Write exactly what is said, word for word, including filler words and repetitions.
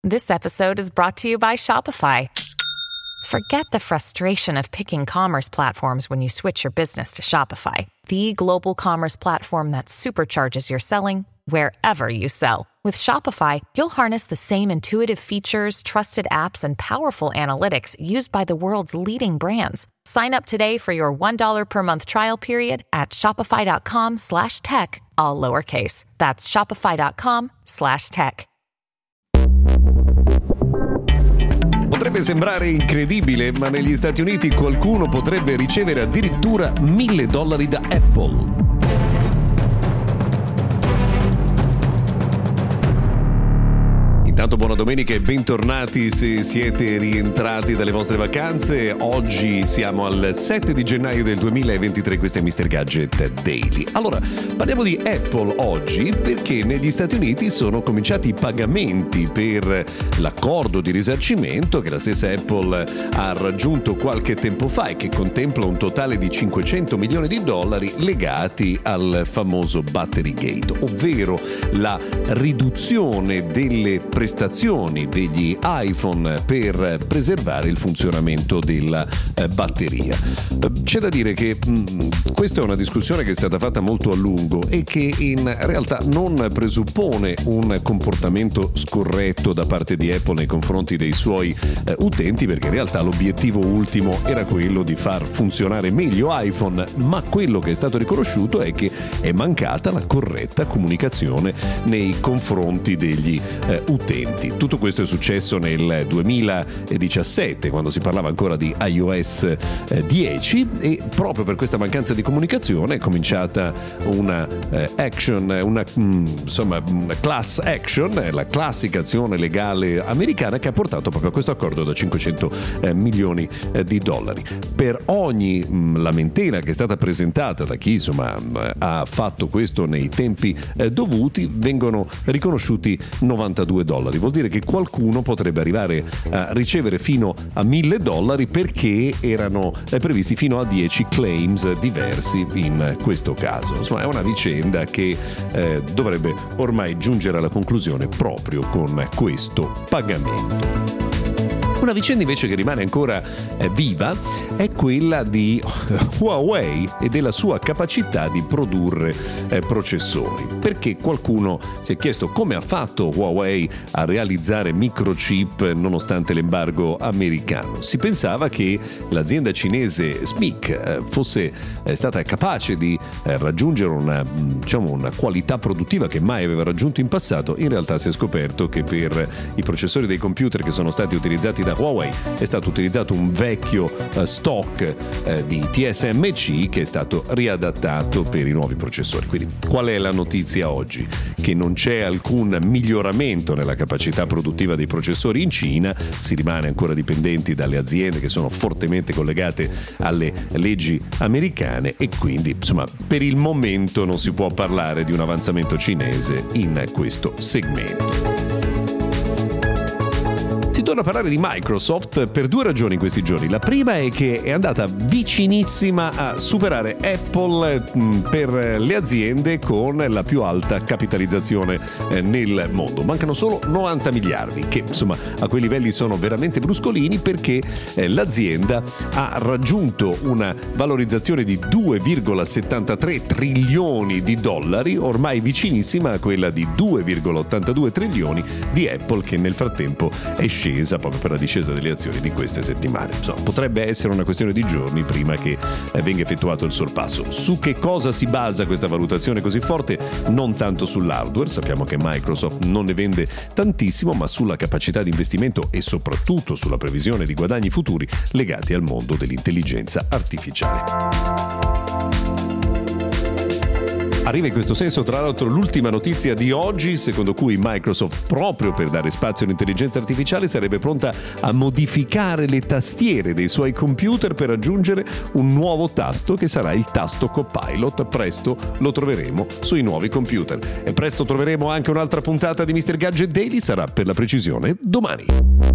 This episode is brought to you by Shopify. Forget the frustration of picking commerce platforms when you switch your business to Shopify, the global commerce platform that supercharges your selling wherever you sell. With Shopify, you'll harness the same intuitive features, trusted apps, and powerful analytics used by the world's leading brands. Sign up today for your one dollar per month trial period at shopify.com slash tech, all lowercase. That's shopify.com slash tech. Potrebbe sembrare incredibile, ma negli Stati Uniti qualcuno potrebbe ricevere addirittura mille dollari da Apple. Intanto buona domenica e bentornati se siete rientrati dalle vostre vacanze. Oggi siamo al sette di gennaio del duemilaventitré, questo è mister Gadget Daily. Allora, parliamo di Apple oggi perché negli Stati Uniti sono cominciati i pagamenti per l'accordo di risarcimento che la stessa Apple ha raggiunto qualche tempo fa e che contempla un totale di cinquecento milioni di dollari legati al famoso Battery Gate, ovvero la riduzione delle prestazioni degli iPhone per preservare il funzionamento della eh, batteria. C'è da dire che mh, questa è una discussione che è stata fatta molto a lungo e che in realtà non presuppone un comportamento scorretto da parte di Apple nei confronti dei suoi eh, utenti, perché in realtà l'obiettivo ultimo era quello di far funzionare meglio iPhone, ma quello che è stato riconosciuto è che è mancata la corretta comunicazione nei confronti degli eh, utenti. Tutto questo è successo nel duemiladiciassette, quando si parlava ancora di iOS dieci, e proprio per questa mancanza di comunicazione è cominciata una eh, action, una, mh, insomma, una class action, la classica azione legale americana che ha portato proprio a questo accordo da cinquecento eh, milioni eh, di dollari. Per ogni mh, lamentela che è stata presentata da chi insomma ha fatto questo nei tempi eh, dovuti, vengono riconosciuti novantadue dollari. Vuol dire che qualcuno potrebbe arrivare a ricevere fino a mille dollari perché erano previsti fino a dieci claims diversi in questo caso. Insomma, è una vicenda che eh, dovrebbe ormai giungere alla conclusione proprio con questo pagamento. Una vicenda invece che rimane ancora eh, viva è quella di Huawei e della sua capacità di produrre eh, processori, perché qualcuno si è chiesto come ha fatto Huawei a realizzare microchip nonostante l'embargo americano. Si pensava che l'azienda cinese S M I C eh, fosse eh, stata capace di eh, raggiungere una, diciamo, una qualità produttiva che mai aveva raggiunto in passato. In realtà si è scoperto che per i processori dei computer che sono stati utilizzati da Huawei è stato utilizzato un vecchio uh, stock uh, di T S M C che è stato riadattato per i nuovi processori. Quindi qual è la notizia oggi? Che non c'è alcun miglioramento nella capacità produttiva dei processori in Cina, si rimane ancora dipendenti dalle aziende che sono fortemente collegate alle leggi americane e quindi insomma per il momento non si può parlare di un avanzamento cinese in questo segmento. Torno a parlare di Microsoft per due ragioni in questi giorni. La prima è che è andata vicinissima a superare Apple per le aziende con la più alta capitalizzazione nel mondo. Mancano solo novanta miliardi, che insomma a quei livelli sono veramente bruscolini, perché l'azienda ha raggiunto una valorizzazione di due virgola settantatré trilioni di dollari, ormai vicinissima a quella di due virgola ottantadue trilioni di Apple, che nel frattempo è scesa proprio per la discesa delle azioni di queste settimane. Insomma, potrebbe essere una questione di giorni prima che venga effettuato il sorpasso. Su che cosa si basa questa valutazione così forte? Non tanto sull'hardware, sappiamo che Microsoft non ne vende tantissimo, ma sulla capacità di investimento e soprattutto sulla previsione di guadagni futuri legati al mondo dell'intelligenza artificiale. Arriva in questo senso tra l'altro l'ultima notizia di oggi, secondo cui Microsoft, proprio per dare spazio all'intelligenza artificiale, sarebbe pronta a modificare le tastiere dei suoi computer per aggiungere un nuovo tasto che sarà il tasto Copilot. Presto lo troveremo sui nuovi computer. E presto troveremo anche un'altra puntata di mister Gadget Daily, sarà per la precisione domani.